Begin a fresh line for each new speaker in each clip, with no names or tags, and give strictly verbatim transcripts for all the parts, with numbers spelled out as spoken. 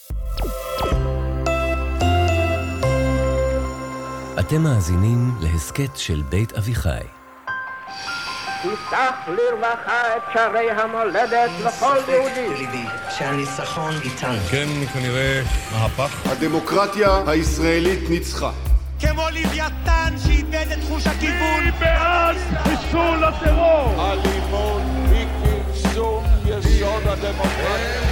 אתם מאזינים להסכת של בית אביחי.
תפתח לרווחה את שערי המולדת לכל יהודי.
שהניצחון איתנו.
כן, כנראה מהפך.
הדמוקרטיה הישראלית ניצחה.
כמו לוויתן שאיבד את תחוש הכיוון.
מי בעד חיסול הטרור?
אלימות היא כרסום יסוד הדמוקרטיה.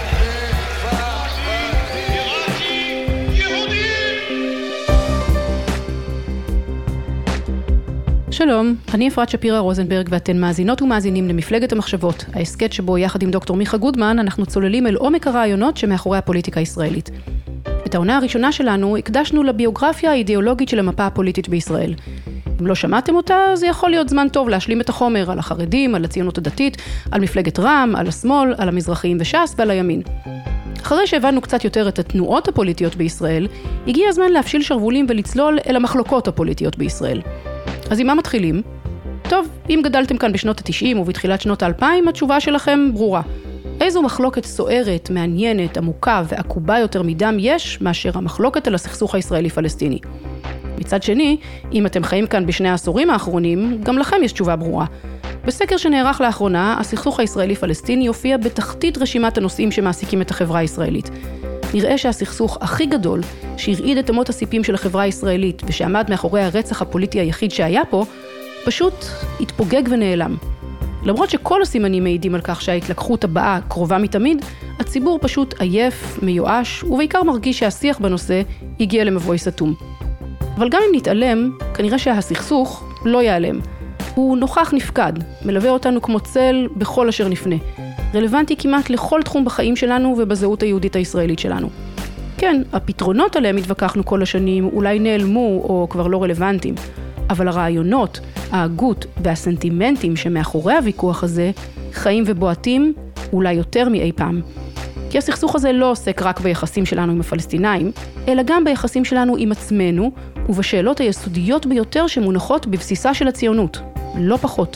שלום, אני אפרת שפירה רוזנברג ואתן מאזינות ומאזינים למפלגת המחשבות, ההסכת שבו יחד עם דוקטור מיכה גודמן אנחנו צוללים אל עומק הרעיונות שמאחורי הפוליטיקה הישראלית. את העונה הראשונה שלנו הקדשנו לביוגרפיה האידיאולוגית של המפה הפוליטית בישראל. אם לא שמעתם אותה, זה יכול להיות זמן טוב להשלים את החומר על החרדים, על הציונות הדתית, על מפלגת רע"מ, על השמאל, על המזרחיים וש"ס ועל הימין. אחרי שהבנו קצת יותר את התנועות הפוליטיות בישראל, הגיע הזמן להפשיל שרוולים ולצלול אל המחלוקות הפוליטיות בישראל. אז עם מה מתחילים? טוב, אם גדלתם כאן בשנות ה-תשעים ובתחילת שנות ה-אלפיים, התשובה שלכם ברורה. איזו מחלוקת סוערת, מעניינת, עמוקה ועקובה יותר מדם יש מאשר המחלוקת על הסכסוך הישראלי-פלסטיני. מצד שני, אם אתם חיים כאן בשני העשורים האחרונים, גם לכם יש תשובה ברורה. בסקר שנערך לאחרונה, הסכסוך הישראלי-פלסטיני יופיע בתחתית רשימת הנושאים שמעסיקים את החברה הישראלית. נראה שהסכסוך הכי גדול, שהרעיד את אמות הסיפים של החברה הישראלית ושעמד מאחורי הרצח הפוליטי היחיד שהיה פה, פשוט התפוגג ונעלם. למרות שכל הסימנים מעידים על כך שההתלקחות הבאה קרובה מתמיד, הציבור פשוט עייף, מיואש, ובעיקר מרגיש שהשיח בנושא הגיע למבוי סתום. אבל גם אם נתעלם, כנראה שהסכסוך לא ייעלם. הוא נוכח נפקד, מלווה אותנו כמו צל בכל אשר נפנה. רלוונטי כמעט לכל תחום בחיים שלנו ובזהות היהודית הישראלית שלנו. כן, הפתרונות עליהם התווכחנו כל השנים אולי נעלמו או כבר לא רלוונטיים, אבל הרעיונות, ההגות והסנטימנטים שמאחורי הוויכוח הזה חיים ובועטים אולי יותר מאי פעם. כי הסכסוך הזה לא עוסק רק ביחסים שלנו עם הפלסטינאים, אלא גם ביחסים שלנו עם עצמנו ובשאלות היסודיות ביותר שמונחות בבסיסה של הציונות, לא פחות.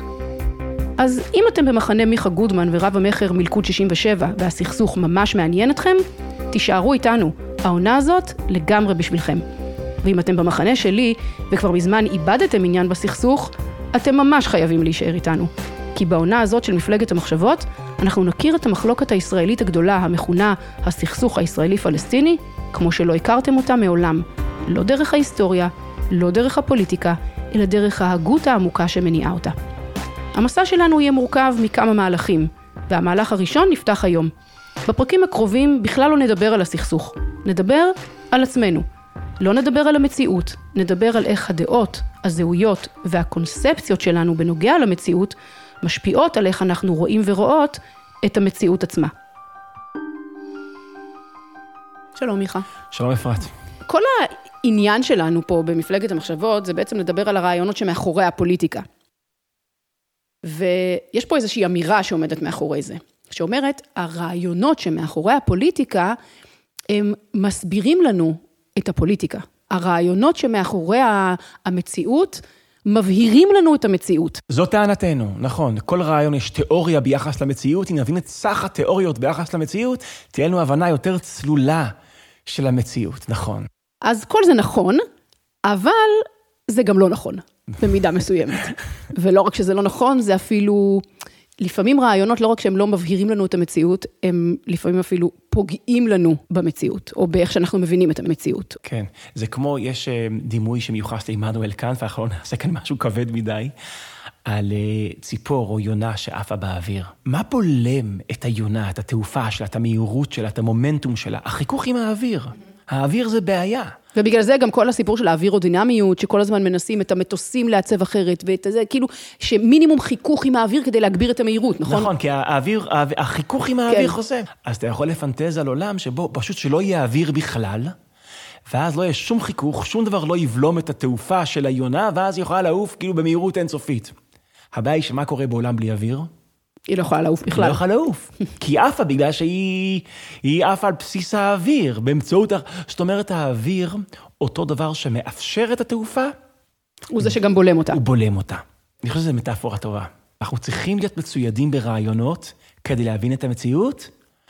אז אם אתם במחנה מיכה גודמן ורב המחר מלכוד שישים ושבע והסכסוך ממש מעניין אתכם, תישארו איתנו, העונה הזאת לגמרי בשבילכם. ואם אתם במחנה שלי וכבר מזמן איבדתם עניין בסכסוך, אתם ממש חייבים להישאר איתנו. כי בעונה הזאת של מפלגת המחשבות, אנחנו נכיר את המחלוקת הישראלית הגדולה המכונה הסכסוך הישראלי-פלסטיני, כמו שלא הכרתם אותה מעולם. לא דרך ההיסטוריה, לא דרך הפוליטיקה, אלא דרך ההגות העמוקה שמניעה אותה. המסע שלנו יהיה מורכב מכמה מהלכים, והמהלך הראשון נפתח היום. בפרקים הקרובים בכלל לא נדבר על הסכסוך, נדבר על עצמנו. לא נדבר על המציאות, נדבר על איך הדעות, הזהויות והקונספציות שלנו בנוגע למציאות משפיעות על איך אנחנו רואים ורואות את המציאות עצמה. שלום מיכה.
שלום אפרת.
כל העניין שלנו פה במפלגת המחשבות זה בעצם לדבר על הרעיונות שמאחורי הפוליטיקה. ויש פה איזושהי אמירה שעומדת מאחורי זה, שאומרת, הרעיונות שמאחורי הפוליטיקה, הם מסבירים לנו את הפוליטיקה. הרעיונות שמאחורי המציאות, מבהירים לנו את המציאות.
זו טענתנו, נכון. כל רעיון יש תיאוריה ביחס למציאות, אם נבין את סך התיאוריות ביחס למציאות, תהיה לנו הבנה יותר צלולה של המציאות, נכון.
אז כל זה נכון, אבל זה גם לא נכון. במידה מסוימת. ולא רק שזה לא נכון, זה אפילו, לפעמים רעיונות לא רק שהם לא מבהירים לנו את המציאות, הם לפעמים אפילו פוגעים לנו במציאות, או באיך שאנחנו מבינים את המציאות.
כן, זה כמו, יש דימוי שמיוחס לעמנואל קאנט, ואנחנו לא נעשה כאן משהו כבד מדי, על ציפור או יונה שעפה באוויר. מה בולם את היונה, את התעופה שלה, את המהירות שלה, את המומנטום שלה? החיכוך עם האוויר. האוויר זה בעיה.
ובגלל זה גם כל הסיפור של האווירודינמיות, שכל הזמן מנסים את המטוסים לעצב אחרת, ואת זה, כאילו, שמינימום חיכוך עם האוויר כדי להגביר את המהירות, נכון?
נכון, כי האוויר, החיכוך עם האוויר חוסם. אז אתה יכול לפנטז על עולם שבו פשוט שלא יהיה אוויר בכלל, ואז לא יהיה שום חיכוך, שום דבר לא יבלום את התעופה של היונה, ואז היא יכולה לעוף כאילו במהירות אינסופית. הבעיה היא שמה קורה בעולם בלי אוויר?
היא לא יכולה לעוף בכלל.
היא לא יכולה לעוף. כי היא עפה בגלל שהיא היא עפה על בסיס האוויר, באמצעות, זאת אומרת, האוויר, אותו דבר שמאפשר את התעופה,
הוא זה שגם בולם אותה.
הוא בולם אותה. אני חושב שזו מטאפורה טובה. אנחנו צריכים להיות מצוידים ברעיונות, כדי להבין את המציאות,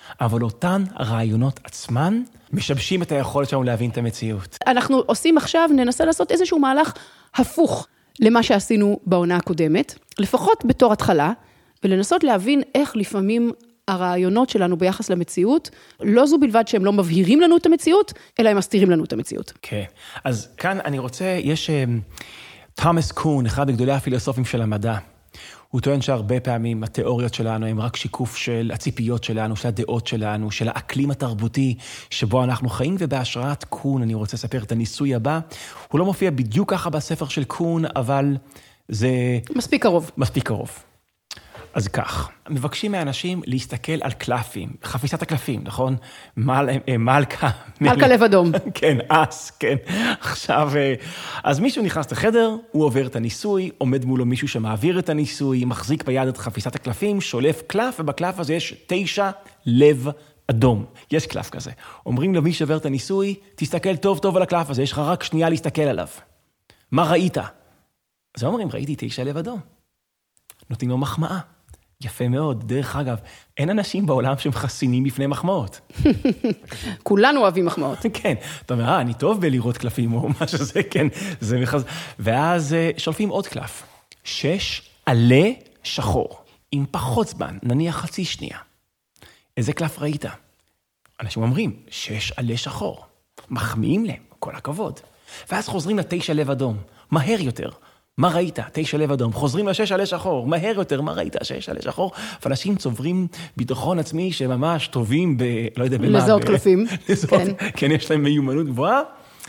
אבל אותן הרעיונות עצמן משבשים את היכולת שלנו להבין את המציאות.
אנחנו עושים עכשיו, ננסה לעשות איזשהו מהלך הפוך למה שעשינו בעונה הקודמת, לפחות בתור התחלה, ולנסות להבין איך לפעמים הרעיונות שלנו ביחס למציאות, לא זו בלבד שהם לא מבהירים לנו את המציאות, אלא הם מסתירים לנו את המציאות.
כן, אז כאן אני רוצה, יש תומאס קון, אחד מגדולי הפילוסופים של המדע, הוא טוען שהרבה פעמים התיאוריות שלנו הם רק שיקוף של הציפיות שלנו, של הדעות שלנו, של האקלים התרבותי שבו אנחנו חיים, ובהשראת קון אני רוצה לספר את הניסוי הבא. הוא לא מופיע בדיוק ככה בספר של קון, אבל זה...
מספיק קרוב.
מספיק קרוב. אז כך, מבקשים מהאנשים להסתכל על קלפים, חפיסת הקלפים, נכון? מל, מלכה.
מלכה לב אדום.
כן, אס, כן. עכשיו, אז מישהו נכנס לחדר, הוא עובר את הניסוי, עומד מולו מישהו שמעביר את הניסוי, מחזיק ביד את חפיסת הקלפים, שולף קלף, ובקלף הזה יש תשע לב אדום. יש קלף כזה. אומרים למי שעובר את הניסוי, תסתכל טוב טוב על הקלף הזה, יש לך רק שנייה להסתכל עליו. מה ראית? אז אומרים, ראיתי תשע לב אדום. נותנים לו מחמאה. יפה מאוד. דרך אגב, אין אנשים בעולם שהם חסינים בפני מחמאות.
כולנו אוהבים מחמאות.
כן. אתה אומר, אה, אני טוב בלראות קלפים או משהו זה, כן. זה מחז... ואז שולפים עוד קלף. שש עלה שחור. עם פחות זמן, נניח חצי שנייה. איזה קלף ראית? אנשים אומרים, שש עלה שחור. מחמיאים להם, כל הכבוד. ואז חוזרים לתשע לב אדום. מהר יותר. מה ראית? תשע לב אדום. חוזרים לשש עלה שחור. מהר יותר, מה ראית? שש עלה שחור. ואנשים צוברים ביטחון עצמי שממש טובים ב... לא יודע במה.
לזהות קלפים.
לזהות, כן. כן, יש להם מיומנות גבוהה.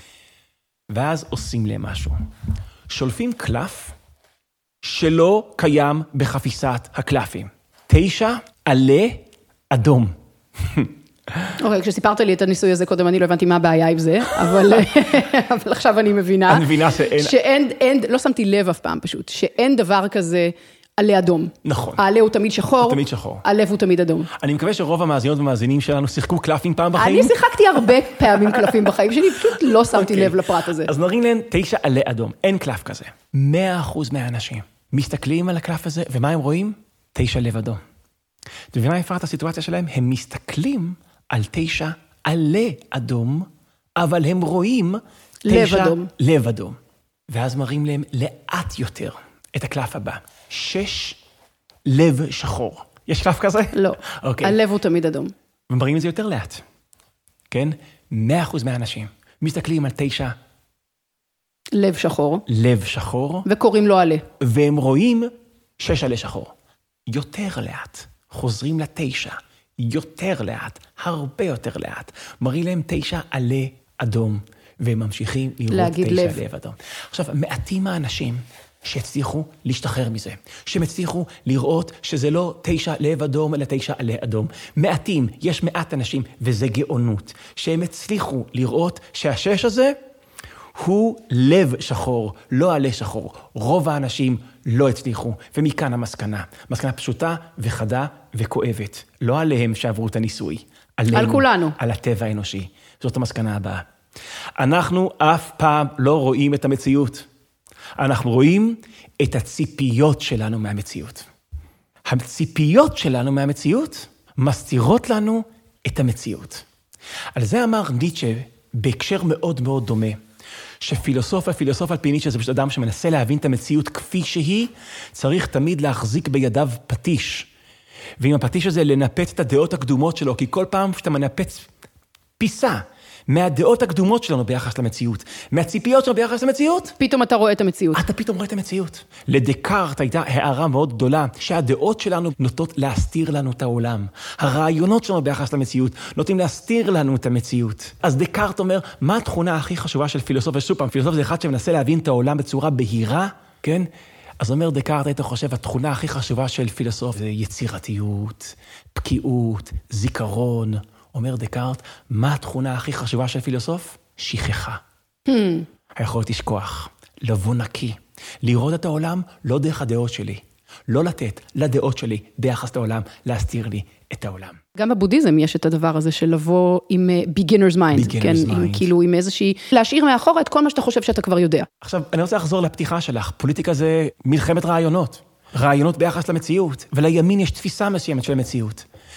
ואז עושים להם משהו. שולפים קלף שלא קיים בחפיסת הקלפים. תשע עלה אדום.
אוקיי, כשסיפרת לי את הניסוי הזה קודם, אני לא הבנתי מה הבעיה עם זה, אבל עכשיו אני מבינה.
אני מבינה שאין...
שאין, לא שמתי לב אף פעם פשוט, שאין דבר כזה עלה אדום.
נכון.
העלה הוא תמיד שחור.
הוא תמיד שחור.
הלב הוא תמיד אדום.
אני מקווה שרוב המאזינות ומאזינים שלנו שיחקו קלפים פעם בחיים.
אני שיחקתי הרבה פעמים קלפים בחיים שלי, פשוט לא שמתי לב לפרט הזה.
אז נראים להם תשע עלה אדום. אין קלף כזה. מאה אחוז מהאנשים מסתכלים על הקלף הזה, ומה הם רואים? תשע לב אדום. אתה מבין מה יפרת הסיטואציה שלהם? הם מסתכלים על תשע עלה אדום, אבל הם רואים
לב אדום.
לב אדום. ואז מראים להם לאט יותר את הקלף הבא. שש לב שחור. יש קלף כזה?
לא.
אוקיי.
הלב הוא תמיד אדום.
ומראים את זה יותר לאט. כן? מאה אחוז מהאנשים מסתכלים על תשע
לב שחור.
לב שחור.
וקוראים לו עלה.
והם רואים שש עלה שחור. יותר לאט. חוזרים לתשע. יותר לאט, הרבה יותר לאט. מראים להם תשע עלה אדום, והם ממשיכים לראות תשע לב. לב אדום. עכשיו, מעטים האנשים שהצליחו להשתחרר מזה, שמצליחו לראות שזה לא תשע לב אדום, אלא תשע עלה אדום. מעטים, יש מעט אנשים, וזה גאונות, שהם הצליחו לראות שהשש הזה הוא לב שחור, לא עלה שחור. רוב האנשים לא הצליחו, ומכאן המסקנה. מסקנה פשוטה וחדה וכואבת. לא עליהם שעברו את הניסוי. עלינו,
על כולנו.
על הטבע האנושי. זאת המסקנה הבאה. אנחנו אף פעם לא רואים את המציאות. אנחנו רואים את הציפיות שלנו מהמציאות. הציפיות שלנו מהמציאות מסתירות לנו את המציאות. על זה אמר ניטשה בהקשר מאוד מאוד דומה. שפילוסוף, הפילוסוף על פי ניטשה זה פשוט אדם שמנסה להבין את המציאות כפי שהיא, צריך תמיד להחזיק בידיו פטיש. ועם הפטיש הזה לנפץ את הדעות הקדומות שלו, כי כל פעם שאתה מנפץ פיסה מהדעות הקדומות שלנו ביחס למציאות, מהציפיות שלנו ביחס למציאות,
פתאום אתה רואה את המציאות.
אתה פתאום רואה את המציאות. לדקארט הייתה הערה מאוד גדולה, שהדעות שלנו נוטות להסתיר לנו את העולם. הרעיונות שלנו ביחס למציאות נוטים להסתיר לנו את המציאות. אז דקארט אומר, מה התכונה הכי חשובה של פילוסוף? ושוב, פילוסוף זה אחד שמנסה להבין את העולם בצורה בהירה, כן? אז אומר דקארט, היית חושב, התכונה הכי חשובה של פילוסוף זה יצירתיות, פקיעות, זיכרון. אומר דקארט, מה התכונה הכי חשובה של פילוסוף? שכחה. Hmm. היכולת לשכוח, לבוא נקי, לראות את העולם לא דרך הדעות שלי, לא לתת לדעות שלי ביחס לעולם, להסתיר לי את העולם.
גם בבודהיזם יש את הדבר הזה של לבוא עם beginner's mind,
beginner's
כן,
mind.
עם, כאילו עם איזושהי, להשאיר מאחורה את כל מה שאתה חושב שאתה כבר יודע.
עכשיו, אני רוצה לחזור לפתיחה שלך. פוליטיקה זה מלחמת רעיונות. רעיונות ביחס למציאות, ולימין יש תפיסה מסוימת של המציאות.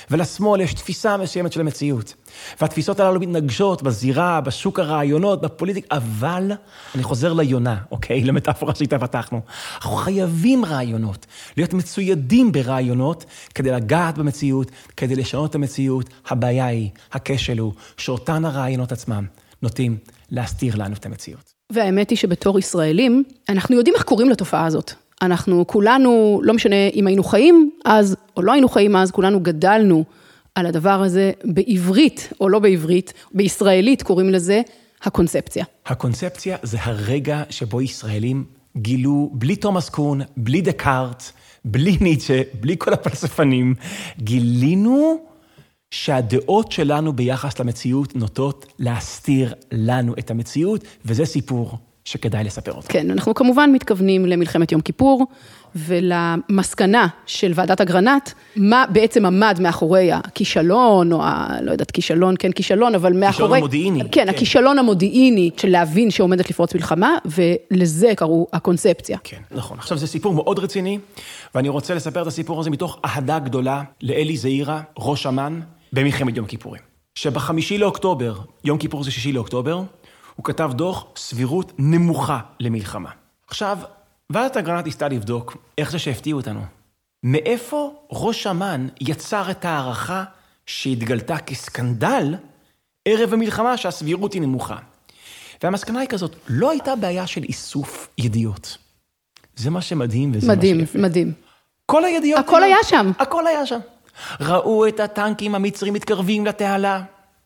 ולשמאל יש תפיסה מסוימת של המציאות. והתפיסות הללו מתנגשות בזירה, בשוק הרעיונות, בפוליטיקה, אבל אני חוזר ליונה, אוקיי? למטאפורה שאיתה פתחנו. אנחנו חייבים רעיונות, להיות מצוידים ברעיונות, כדי לגעת במציאות, כדי לשנות את המציאות. הבעיה היא, הכשל הוא, שאותן הרעיונות עצמם נוטים להסתיר לנו את המציאות.
והאמת היא שבתור ישראלים, אנחנו יודעים איך קוראים לתופעה הזאת. אנחנו כולנו, לא משנה אם היינו חיים אז, או לא היינו חיים אז, כולנו גדלנו על הדבר הזה בעברית, או לא בעברית, בישראלית קוראים לזה הקונספציה.
הקונספציה זה הרגע שבו ישראלים גילו, בלי תומאס קון, בלי דקארט, בלי ניטשה, בלי כל הפלספנים, גילינו שהדעות שלנו ביחס למציאות נוטות להסתיר לנו את המציאות, וזה סיפור שכדאי לספר אותו.
כן, אנחנו כמובן מתכוונים למלחמת יום כיפור, ולמסקנה של ועדת אגרנט, מה בעצם עמד מאחורי הכישלון, או ה... לא יודעת, כישלון, כן, כישלון, אבל מאחורי...
כישלון המודיעיני.
כן, כן, הכישלון המודיעיני של להבין שעומדת לפרוץ מלחמה, ולזה קראו הקונספציה.
כן, נכון. עכשיו זה סיפור מאוד רציני, ואני רוצה לספר את הסיפור הזה מתוך אהדה גדולה לאלי זעירא, ראש אמ"ן, במלחמת יום כיפורים. שבחמישי לאוקטובר, יום כיפור זה שישי לאוקטובר, הוא כתב דוח סבירות נמוכה למלחמה. עכשיו, ועדת אגרנט ניסתה לבדוק איך זה שהפתיעו אותנו. מאיפה ראש אמ"ן יצר את הערכה שהתגלתה כסקנדל ערב המלחמה שהסבירות היא נמוכה. והמסקנה היא כזאת, לא הייתה בעיה של איסוף ידיעות. זה מה שמדהים וזה
מדהים,
מה שיפה.
מדהים.
כל הידיעות...
הכל היה שם.
הכל היה שם. ראו את הטנקים המצרים מתקרבים לתעלה.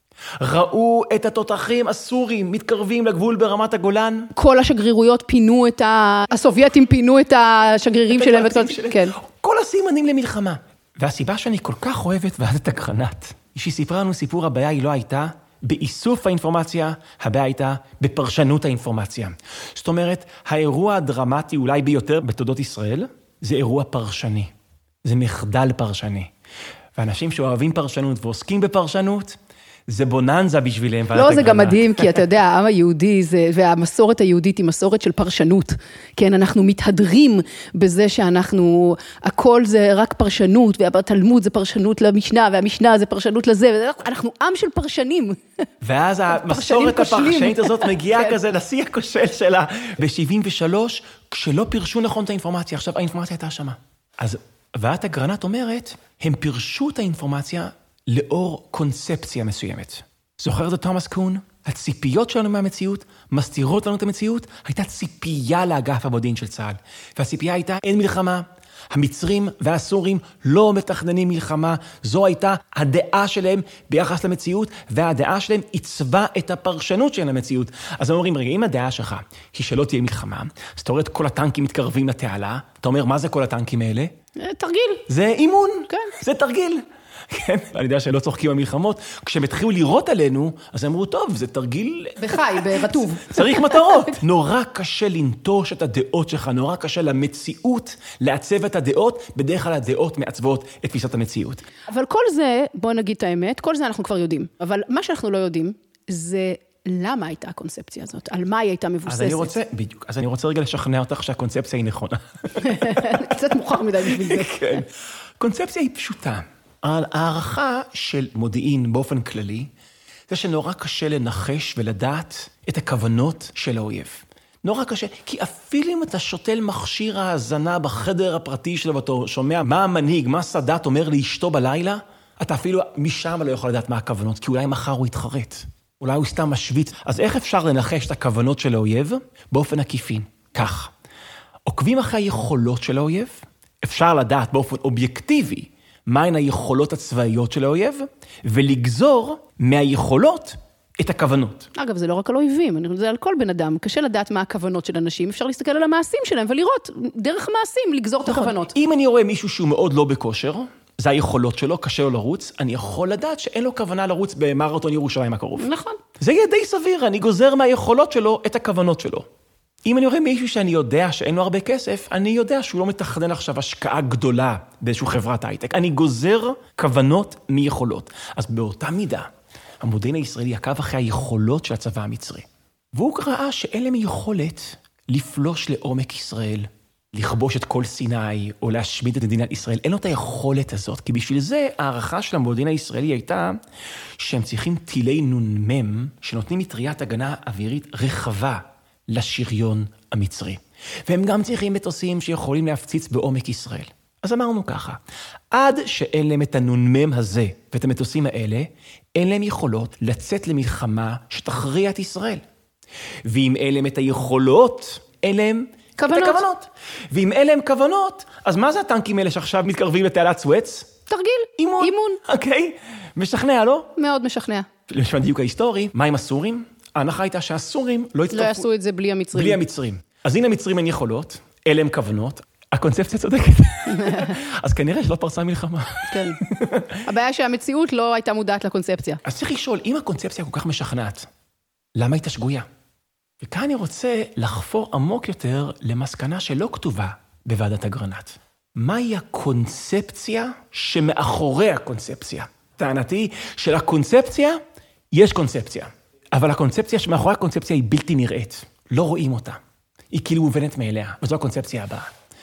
ראו את התותחים הסורים מתקרבים לגבול ברמת הגולן.
כל השגרירויות פינו את ה... הסובייטים פינו את השגרירים שלהם. כן.
כל הסימנים למלחמה. והסיבה שאני כל כך אוהבת ועדת אגרנט, היא שהיא סיפרה לנו סיפור, הבעיה היא לא הייתה באיסוף האינפורמציה, הבעיה הייתה בפרשנות האינפורמציה. זאת אומרת, האירוע הדרמטי אולי ביותר בתולדות ישראל, זה אירוע פרשני. זה מחדל פרשני. ואנשים שאוהבים פרשנות ועוסקים בפרשנות, זה בוננזה בשבילם.
לא, זה גם מדהים, כי אתה יודע, העם היהודי, זה, והמסורת היהודית היא מסורת של פרשנות. כן, אנחנו מתהדרים בזה שאנחנו, הכל זה רק פרשנות, והתלמוד זה פרשנות למשנה, והמשנה זה פרשנות לזה, אנחנו עם של פרשנים.
ואז המסורת הפרשנית הזאת מגיעה כזה לשיא הכושל שלה ב-שבעים ושלוש, כשלא פירשו נכון את האינפורמציה. עכשיו, האינפורמציה הייתה שמה. אז ועדת אגרנט אומרת, הם פירשו את האינפורמציה לאור קונספציה מסוימת. זוכר את תומאס קון? הציפיות שלנו מהמציאות מסתירות לנו את המציאות. הייתה ציפייה לאגף המודיעין של צה"ל. והציפייה הייתה, אין מלחמה. המצרים והסורים לא מתכננים מלחמה. זו הייתה הדעה שלהם ביחס למציאות, והדעה שלהם עיצבה את הפרשנות של המציאות. אז הם אומרים, רגע, אם הדעה שלך היא שלא תהיה מלחמה, אז אתה רואה את כל הטנקים מתקרבים לתעלה, אתה אומר, מה זה כל הטנקים האלה?
תרגיל.
זה אימון.
כן.
זה תרגיל. כן, אני יודע שלא צוחקים במלחמות, כשהם התחילו לראות עלינו, אז אמרו, טוב, זה תרגיל...
בחי, ברטוב.
צריך מטרות. נורא קשה לנטוש את הדעות שלך, נורא קשה למציאות לעצב את הדעות, בדרך כלל הדעות מעצבות את תפיסת המציאות.
אבל כל זה, בוא נגיד את האמת, כל זה אנחנו כבר יודעים. אבל מה שאנחנו לא יודעים, זה למה הייתה הקונספציה הזאת, על מה היא הייתה מבוססת. אז
אני רוצה, בדיוק, אז אני רוצה רגע לשכנע אותך שהקונספציה היא נכונה.
קצת מוכר מדי בשביל זה.
כן. קונספציה היא פשוטה. הערכה של מודיעין באופן כללי, זה שנורא קשה לנחש ולדעת את הכוונות של האויב. נורא קשה, כי אפילו אם אתה שותל מכשיר ההאזנה בחדר הפרטי שלו, ואתה שומע מה המנהיג, מה סאדאת אומר לאשתו בלילה, אתה אפילו משם לא יכול לדעת מה הכוונות, כי אולי מחר הוא יתחרט. אולי הוא סתם משוויץ. אז איך אפשר לנחש את הכוונות של האויב? באופן עקיפין. כך. עוקבים אחרי היכולות של האויב, אפשר לדעת באופן אובייקטיבי, מהן היכולות הצבאיות של האויב, ולגזור מהיכולות את הכוונות.
אגב, זה לא רק על אויבים, זה על כל בן אדם. קשה לדעת מה הכוונות של אנשים, אפשר להסתכל על המעשים שלהם, ולראות דרך המעשים לגזור את הכוונות.
אם אני רואה מישהו שהוא מאוד לא בכושר, זה היכולות שלו, קשה לו לרוץ, אני יכול לדעת שאין לו כוונה לרוץ במרתון ירושלים הקרוב.
נכון.
זה יהיה די סביר, אני גוזר מהיכולות שלו את הכוונות שלו. אם אני רואה מישהו שאני יודע שאין לו הרבה כסף, אני יודע שהוא לא מתכנן עכשיו השקעה גדולה באיזשהו חברת הייטק. אני גוזר כוונות מיכולות. אז באותה מידה, המודיעין הישראלי עקב אחרי היכולות של הצבא המצרי. והוא ראה שאין להם יכולת לפלוש לעומק ישראל, לכבוש את כל סיני, או להשמיד את מדינת ישראל. אין לו את היכולת הזאת, כי בשביל זה הערכה של המודיעין הישראלי הייתה שהם צריכים טילי נ"מ, שנותנים מטריית הגנה אווירית רחבה לשריון המצרי. והם גם צריכים מטוסים שיכולים להפציץ בעומק ישראל. אז אמרנו ככה, עד שאין להם את הנ"מ הזה ואת המטוסים האלה, אין להם יכולות לצאת למלחמה שתכריע את ישראל. ואם אין להם את היכולות, אין להם כוונות. את הכוונות. ואם אין להם כוונות, אז מה זה הטנקים האלה שעכשיו מתקרבים לתעלת סואץ?
תרגיל.
אימון.
אימון.
אוקיי. משכנע, לא?
מאוד משכנע.
לשם הדיוק ההיסטורי, מה עם הסורים? ההנחה הייתה שהסורים לא יצטרפו.
לא יעשו את זה בלי המצרים.
בלי המצרים. אז הנה המצרים אין יכולות, אלה הם כוונות, הקונספציה צודקת. אז כנראה שלא פרסה מלחמה.
כן. הבעיה שהמציאות לא הייתה מודעת לקונספציה.
אז צריך לשאול, אם הקונספציה כל כך משכנעת, למה הייתה שגויה? וכאן אני רוצה לחפור עמוק יותר למסקנה שלא כתובה בוועדת אגרנט. מהי הקונספציה שמאחורי הקונספציה? טענתי של הקונספציה יש קונספציה, אבל הקונספציה שמאחורי הקונספציה היא בלתי נראית. לא רואים אותה. היא כאילו מובנת מאליה, וזו הקונספציה הבאה.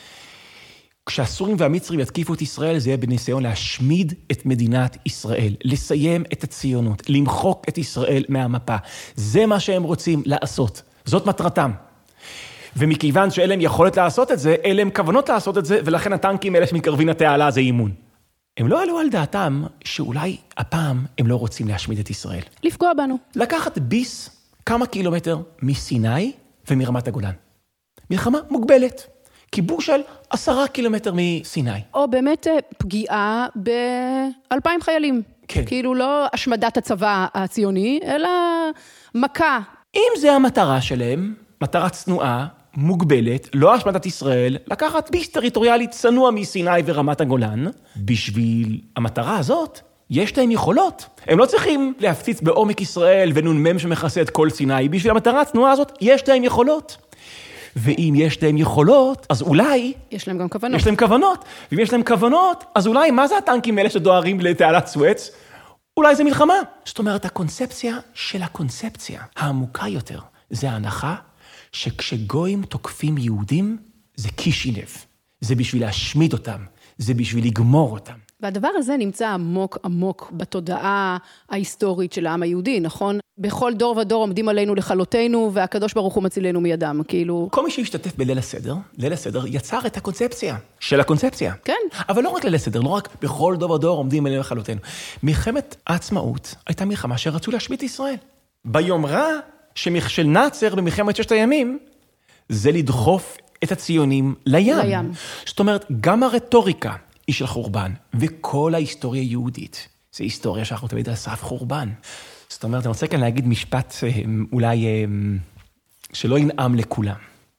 כשהסורים והמצרים יתקיפו את ישראל, זה יהיה בניסיון להשמיד את מדינת ישראל, לסיים את הציונות, למחוק את ישראל מהמפה. זה מה שהם רוצים לעשות. זאת מטרתם. ומכיוון שאלה הם יכולת לעשות את זה, אלה הם כוונות לעשות את זה, ולכן הטנקים האלה שמתקרבים לתעלה זה אימון. הם לא עלו על דעתם שאולי הפעם הם לא רוצים להשמיד את ישראל.
לפגוע בנו.
לקחת ביס כמה קילומטר מסיני ומרמת הגולן. מלחמה מוגבלת. כיבוש של עשרה קילומטר מסיני.
או באמת פגיעה באלפיים חיילים.
כן.
כאילו לא השמדת הצבא הציוני, אלא מכה.
אם זה המטרה שלהם, מטרה צנועה, מוגבלת, לא השמדת ישראל, לקחת ביס טריטוריאלי צנוע מסיני ורמת הגולן, בשביל המטרה הזאת, יש להם יכולות. הם לא צריכים להפציץ בעומק ישראל ונ"מ שמכסה את כל סיני, בשביל המטרה הצנועה הזאת, יש להם יכולות. ואם יש להם יכולות, אז אולי...
יש להם גם כוונות.
יש להם כוונות. ואם יש להם כוונות, אז אולי מה זה הטנקים האלה שדוהרים לתעלת סואץ? אולי זה מלחמה. זאת אומרת, הקונספציה של הקונספציה העמוקה יותר, זה ההנחה שכשגויים תוקפים יהודים, זה קישינב. זה בשביל להשמיד אותם. זה בשביל לגמור אותם.
והדבר הזה נמצא עמוק עמוק בתודעה ההיסטורית של העם היהודי, נכון? בכל דור ודור עומדים עלינו לכלותנו, והקדוש ברוך הוא מצילנו מידם, כאילו...
כל מי שהשתתף בליל הסדר, ליל הסדר יצר את הקונספציה של הקונספציה.
כן.
אבל לא רק ליל הסדר, לא רק בכל דור ודור עומדים עלינו לכלותנו. מלחמת העצמאות הייתה מלחמה שרצו להשמיד את ישראל. ביומרה של נאצר במלחמת ששת הימים, זה לדחוף את הציונים לים.
לים.
זאת אומרת, גם הרטוריקה היא של חורבן, וכל ההיסטוריה היהודית, זה היסטוריה שאנחנו תמיד על סף חורבן. זאת אומרת, אני רוצה כאן להגיד משפט אולי שלא ינעם לכולם.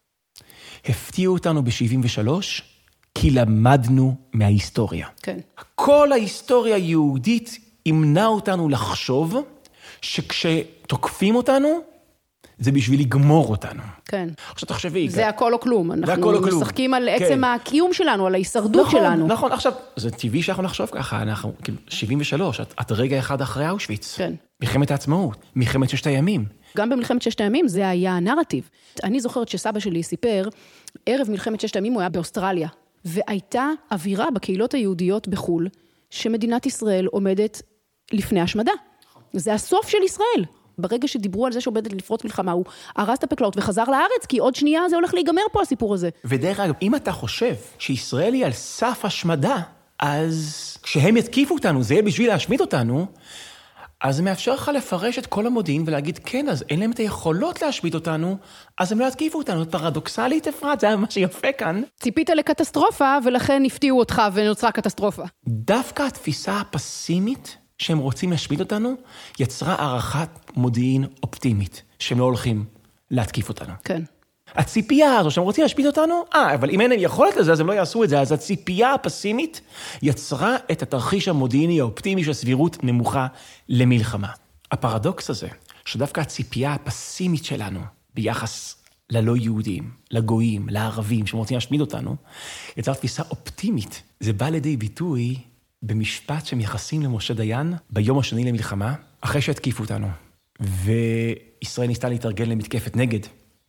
הפתיעו אותנו ב-שבעים ושלוש, כי למדנו מההיסטוריה.
כן. כל
ההיסטוריה היהודית ימנע אותנו לחשוב שכשתוקפים אותנו, זה בשביל לגמור אותנו.
כן.
עכשיו תחשבי.
זה הכל או כלום. אנחנו משחקים על עצם
כן.
הקיום שלנו, על ההישרדות
נכון,
שלנו.
נכון, עכשיו, זה טבעי שאנחנו נחשוב ככה, אנחנו, כאילו, שבעים ושלוש, את, את רגע אחד אחרי אושוויץ.
כן.
מלחמת העצמאות, מלחמת ששת הימים.
גם במלחמת ששת הימים זה היה הנרטיב. אני זוכרת שסבא שלי סיפר, ערב מלחמת ששת הימים הוא היה באוסטרליה, והייתה אווירה בקהילות היהודיות בחול, שמדינת ישראל עומדת לפני השמדה. זה הסוף של ישראל. ברגע שדיברו על זה שעובדת לפרוץ מלחמה, הוא הרס את הפקלאות וחזר לארץ, כי עוד שנייה זה הולך להיגמר פה הסיפור הזה.
ודרך אגב, אם אתה חושב שישראל היא על סף השמדה, אז כשהם יתקיפו אותנו, זה יהיה בשביל להשמיד אותנו, אז זה מאפשר לך לפרש את כל המודיעין ולהגיד, כן, אז אין להם את היכולות להשמיד אותנו, אז הם לא יתקיפו אותנו. פרדוקסלית, אפרת, זה היה מה שיפה כאן.
ציפית לקטסטרופה, ולכן הפתיעו אותך ונוצרה קטסטרופה.
דווקא התפיסה הפסימית שהם רוצים להשמיד אותנו, יצרה הערכת מודיעין אופטימית, שהם לא הולכים להתקיף אותנו.
כן.
הציפייה הזו שהם רוצים להשמיד אותנו, אה, אבל אם אין להם יכולת לזה, אז הם לא יעשו את זה. אז הציפייה הפסימית יצרה את התרחיש המודיעיני האופטימי של סבירות נמוכה למלחמה. הפרדוקס הזה, שדווקא הציפייה הפסימית שלנו, ביחס ללא יהודים, לגויים, לערבים, שהם רוצים להשמיד אותנו, יצרה תפיסה אופטימית. זה בא לידי ביטוי במשפט שמייחסים למשה דיין ביום השני למלחמה, אחרי שהתקיפו אותנו. וישראל ניסתה להתארגן למתקפת נגד.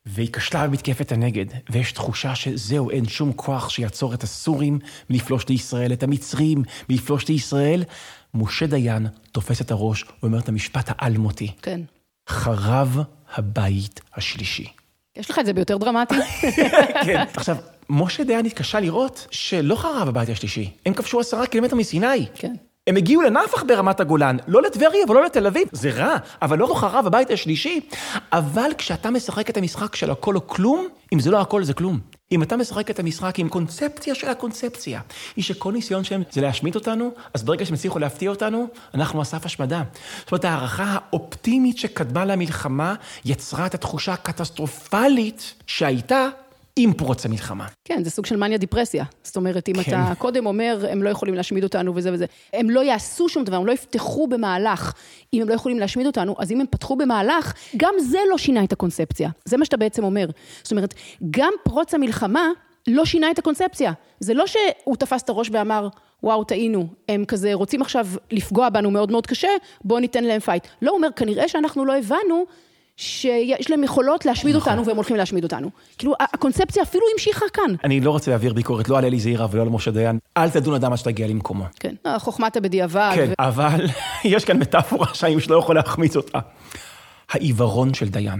והיא כשלה במתקפת הנגד, ויש תחושה שזהו, אין שום כוח שיעצור את הסורים מלפלוש לישראל, את המצרים מלפלוש לישראל. משה דיין תופס את הראש ואומר את המשפט האלמותי.
כן.
חרב הבית השלישי.
יש לך את זה ביותר דרמטי?
כן. עכשיו, משה דיין התקשה לראות שלא חרב הבית השלישי. הם כבשו עשרה קילומטר מסיני.
כן.
הם הגיעו לנפח ברמת הגולן, לא לטבריה ולא לתל אביב. זה רע, אבל לא חרב הבית השלישי. אבל כשאתה משחק את המשחק של הכל או כלום, אם זה לא הכל זה כלום. אם אתה משחק את המשחק עם קונספציה של הקונספציה, היא שכל ניסיון שלהם זה להשמיד אותנו, אז ברגע שהם הצליחו להפתיע אותנו, אנחנו אסף השמדה. זאת אומרת, הערכה האופטימית שקדמה למלחמה, יצרה את התחושה הקטסטרופלית שהייתה עם פרוץ המלחמה.
כן, זה סוג של מניה דיפרסיה. זאת אומרת, אם
כן.
אתה קודם אומר, הם לא יכולים להשמיד אותנו וזה וזה, הם לא יעשו שום דבר, הם לא יפתחו במהלך, אם הם לא יכולים להשמיד אותנו, אז אם הם פתחו במהלך, גם זה לא שינה את הקונספציה. זה מה שאתה בעצם אומר. זאת אומרת, גם פרוץ המלחמה לא שינה את הקונספציה. זה לא שהוא תפס את הראש ואמר, וואו, טעינו, הם כזה רוצים עכשיו לפגוע בנו מאוד מאוד קשה, בואו ניתן להם פייט. לא אומר, כנראה שאנחנו לא הבנו שיש להם יכולות להשמיד אותנו, והם הולכים להשמיד אותנו. כאילו, הקונספציה אפילו המשיכה כאן.
אני לא רוצה להעביר ביקורת, לא על אלי זעירא ולא על משה דיין. אל תדון אדם עד שתגיע למקומו.
כן, חוכמת הבדיעבד.
כן, אבל יש כאן מטאפורה שהאיש לא יכול להחמיץ אותה. העיוורון של דיין.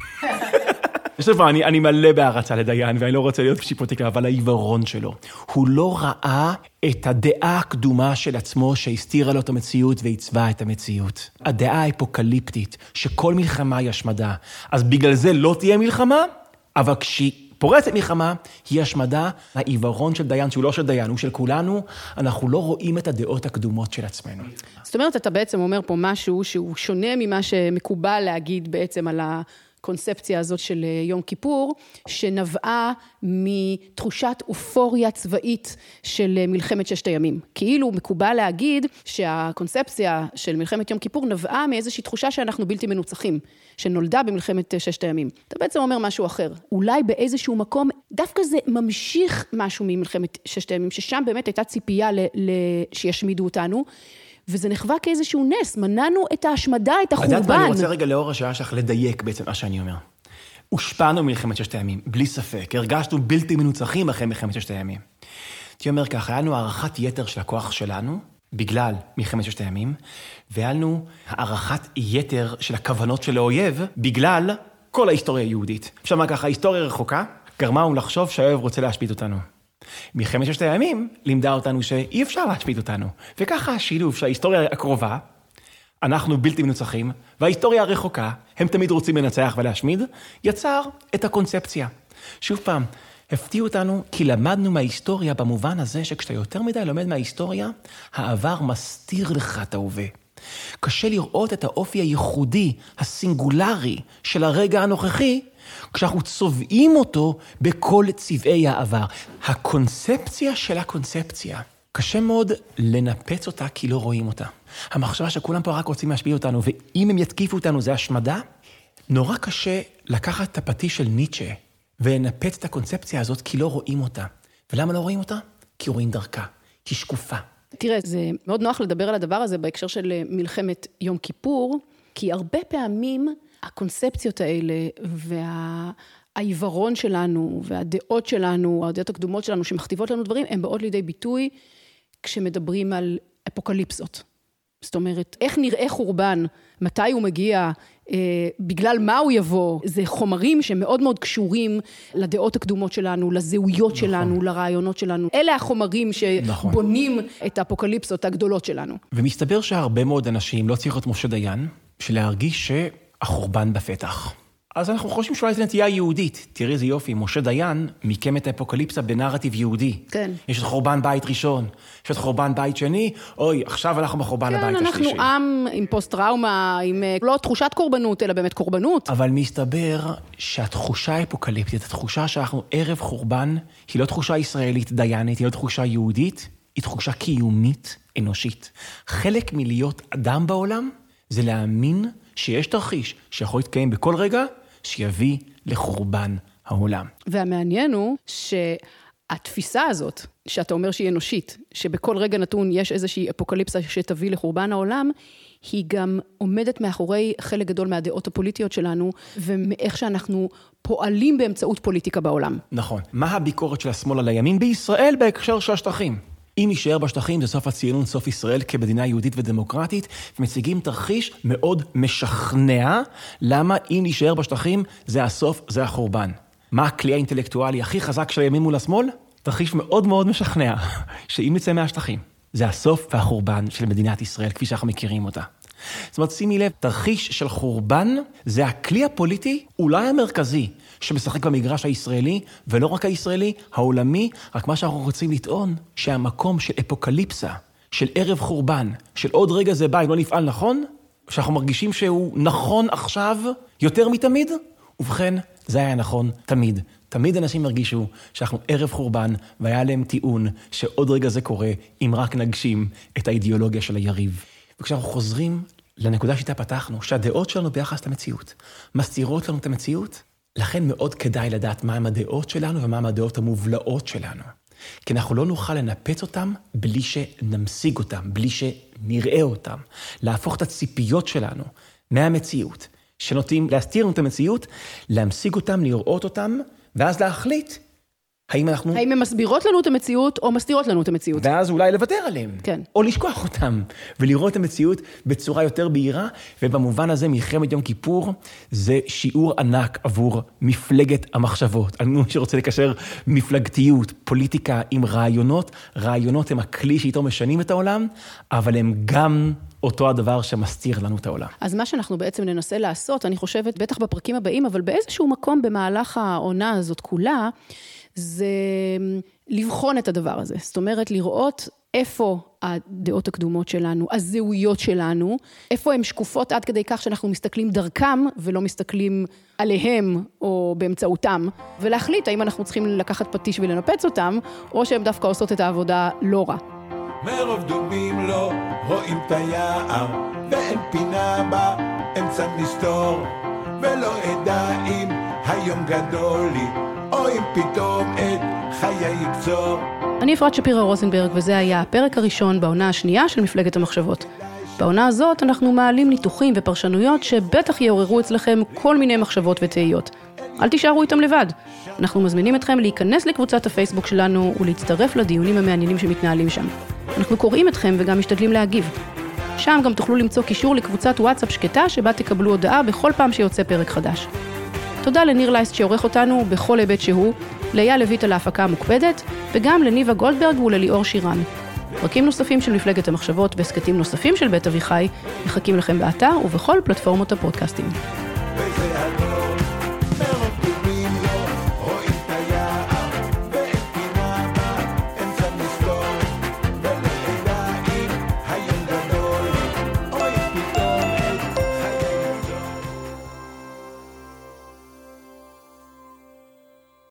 יש דבר, אני, אני מלא בהערצה לדיין, ואני לא רוצה להיות פשיפוטיקה, אבל העיוורון שלו. הוא לא ראה את הדעה הקדומה של עצמו, שהסתירה לו את המציאות ועיצבה את המציאות. הדעה האפוקליפטית, שכל מלחמה היא השמדה. אז בגלל זה לא תהיה מלחמה, אבל כשהיא פורצת מלחמה, היא השמדה. העיוורון של דיין, שהוא לא של דיין, הוא של כולנו, אנחנו לא רואים את הדעות הקדומות של עצמנו.
זאת אומרת, אתה בעצם אומר פה משהו שהוא שונה ממה שמקובל להגיד בעצם על ה... קונספציה הזאת של יום כיפור, שנבעה מתחושת אופוריה צבאית של מלחמת ששת הימים. כאילו מקובל להגיד שהקונספציה של מלחמת יום כיפור נבעה מאיזושהי תחושה שאנחנו בלתי מנוצחים, שנולדה במלחמת ששת הימים. אתה בעצם אומר משהו אחר. אולי באיזשהו מקום, דווקא זה ממשיך משהו ממלחמת ששת הימים, ששם באמת הייתה ציפייה ל- ל- שישמידו אותנו, וזה נחווה כאיזשהו נס, מנענו את ההשמדה, את החורבן.
יודעת מה, אני רוצה רגע לאור השעה שלך לדייק בעצם מה שאני אומר. הושפענו מלחמת ששת הימים, בלי ספק, הרגשנו בלתי מנוצחים אחרי מלחמת ששת הימים. הייתי אומר ככה, היה לנו הערכת יתר של הכוח שלנו, בגלל מלחמת ששת הימים, והיה לנו הערכת יתר של הכוונות של האויב, בגלל כל ההיסטוריה היהודית. אפשר לומר ככה, ההיסטוריה רחוקה, גרמה לנו לחשוב שהאויב רוצה להשפיט אותנו. מלחמת ששת הימים לימדה אותנו שאי אפשר להשפיט אותנו. וככה השילוב שההיסטוריה הקרובה, אנחנו בלתי מנוצחים, וההיסטוריה הרחוקה, הם תמיד רוצים לנצח ולהשמיד, יצר את הקונספציה. שוב פעם, הפתיעו אותנו כי למדנו מההיסטוריה במובן הזה שכשאתה יותר מדי לומד מההיסטוריה, העבר מסתיר לך את ההווה. קשה לראות את האופי הייחודי, הסינגולרי של הרגע הנוכחי, כשאנחנו צובעים אותו בכל צבעי העבר. הקונספציה של הקונספציה, קשה מאוד לנפץ אותה כי לא רואים אותה. המחשבה שכולם פה רק רוצים להשפיע אותנו, ואם הם יתקיפו אותנו זה השמדה, נורא קשה לקחת את הפטיש של ניטשה, ולנפץ את הקונספציה הזאת כי לא רואים אותה. ולמה לא רואים אותה? כי רואים דרכה, כי שקופה. תראה,
זה מאוד נוח לדבר על הדבר הזה בהקשר של מלחמת יום כיפור, כי הרבה פעמים הקונספציות האלה והעיוורון שלנו והדעות שלנו, הדעות הקדומות שלנו שמכתיבות לנו דברים, הן באות לידי ביטוי כשמדברים על אפוקליפסות. זאת אומרת, איך נראה חורבן, מתי הוא מגיע, אה, בגלל מה הוא יבוא, זה חומרים שמאוד מאוד קשורים לדעות הקדומות שלנו, לזהויות נכון. שלנו, לרעיונות שלנו. אלה החומרים שבונים נכון. את האפוקליפסות הגדולות שלנו.
ומסתבר שהרבה מאוד אנשים, לא צריך להיות משה דיין, שלהרגיש שהחורבן בפתח. אז אנחנו חושבים שאולי זה נטייה יהודית. תראי איזה יופי, משה דיין מיקם את האפוקליפסה בנרטיב יהודי.
כן.
יש את חורבן בית ראשון, יש את חורבן בית שני, אוי, עכשיו אנחנו בחורבן
כן,
הבית השלישי.
כן, אנחנו עם עם פוסט-טראומה, עם לא תחושת קורבנות, אלא באמת קורבנות.
אבל מסתבר שהתחושה האפוקליפטית, התחושה שאנחנו ערב חורבן, היא לא תחושה ישראלית דיינית, היא לא תחושה יהודית, היא תחושה קיומית, אנושית. חלק מלהיות אדם בעולם, זה להאמין שיש תרחיש שיכול להתקיים בכל רגע, שיביא לחורבן העולם.
והמעניין הוא התפיסה הזאת, שאתה אומר שהיא אנושית, שבכל רגע נתון יש איזושהי אפוקליפסה שתביא לחורבן העולם, היא גם עומדת מאחורי חלק גדול מהדעות הפוליטיות שלנו, ומאיך שאנחנו פועלים באמצעות פוליטיקה בעולם.
נכון. מה הביקורת של השמאל על הימין בישראל בהקשר של השטחים? אם יישאר בשטחים זה סוף הציונות, סוף ישראל כמדינה יהודית ודמוקרטית, ומציגים תרחיש מאוד משכנע, למה אם יישאר בשטחים זה הסוף, זה החורבן. מה הכלי האינטלקטואלי הכי חזק של הימין מול השמאל? תרחיש מאוד מאוד משכנע, שאם נצא מהשטחים, זה הסוף והחורבן של מדינת ישראל, כפי שאנחנו מכירים אותה. זאת אומרת, שימי לב, תרחיש של חורבן זה הכלי הפוליטי, אולי המרכזי, שמשחק במגרש הישראלי, ולא רק הישראלי, העולמי, רק מה שאנחנו רוצים לטעון, שהמקום של אפוקליפסה, של ערב חורבן, של עוד רגע זה בא, אם לא נפעל נכון, שאנחנו מרגישים שהוא נכון עכשיו, יותר מתמיד, ובכן, זה היה נכון תמיד. תמיד אנשים הרגישו שאנחנו ערב חורבן, והיה להם טיעון שעוד רגע זה קורה, אם רק נגשים את האידיאולוגיה של היריב. וכשאנחנו חוזרים לנקודה שאיתה פתחנו, שהדעות שלנו ביחס למציאות, מסתירות לנו את המציאות, לכן מאוד כדאי לדעת מה הם הדעות שלנו, ומה הם הדעות המובלעות שלנו. כי אנחנו לא נוכל לנפץ אותם, בלי שנמשיג אותם, בלי שנראה אותם. להפוך את הציפיות שלנו מהמציאות, שנוטים להסתיר לנו את המציאות, להמשיג אותם, לראות אותם, ואז להחליט האם אנחנו...
האם הן מסבירות לנו את המציאות, או מסתירות לנו את המציאות.
ואז אולי לוותר עליהם.
כן.
או לשכוח אותם, ולראות את המציאות בצורה יותר בהירה, ובמובן הזה מלחמת יום כיפור, זה שיעור ענק עבור מפלגת המחשבות. על מי שרוצה לקשר מפלגתיות, פוליטיקה עם רעיונות, רעיונות הם הכלי שאיתו משנים את העולם, אבל הם גם... אותו הדבר שמסתיר לנו את העולם.
אז מה שאנחנו בעצם ננסה לעשות, אני חושבת, בטח בפרקים הבאים, אבל באיזשהו מקום במהלך העונה הזאת כולה, זה לבחון את הדבר הזה. זאת אומרת, לראות איפה הדעות הקדומות שלנו, הזהויות שלנו, איפה הן שקופות עד כדי כך שאנחנו מסתכלים דרכם, ולא מסתכלים עליהם או באמצעותם, ולהחליט האם אנחנו צריכים לקחת פטיש ולנפץ אותם, או שהן דווקא עושות את העבודה לא רע.
מרוב דומים לא רואים את היער, ואין פינה בה אמצע מסתור, ולא אדע אם היום גדול לי, או אם פתאום את חיי יקצור.
אני אפרת שפירא רוזנברג, וזה היה הפרק הראשון בעונה השנייה של מפלגת המחשבות. בעונה הזאת אנחנו מעלים ניתוחים ופרשנויות שבטח יעוררו אצלכם כל מיני מחשבות ותהיות. אל תישארו איתם לבד. אנחנו מזמינים אתכם להיכנס לקבוצת הפייסבוק שלנו ולהצטרף לדיונים המעניינים שמתנהלים שם. אנחנו קוראים אתכם וגם משתדלים להגיב. שם גם תוכלו למצוא קישור לקבוצת וואטסאפ שקטה שבה תקבלו הודעה בכל פעם שיוצא פרק חדש. תודה לניר לייסט שעורך אותנו בכל היבט שהוא, לאייל לויט על ההפקה המוקפדת, וגם לניבה גולדברג ולליאור שירן. פרקים נוספים של מפלגת המחשבות והסקטים נוספים של בית אביחי מחכים לכם באתר ובכל פלטפורמות הפודקאסטים.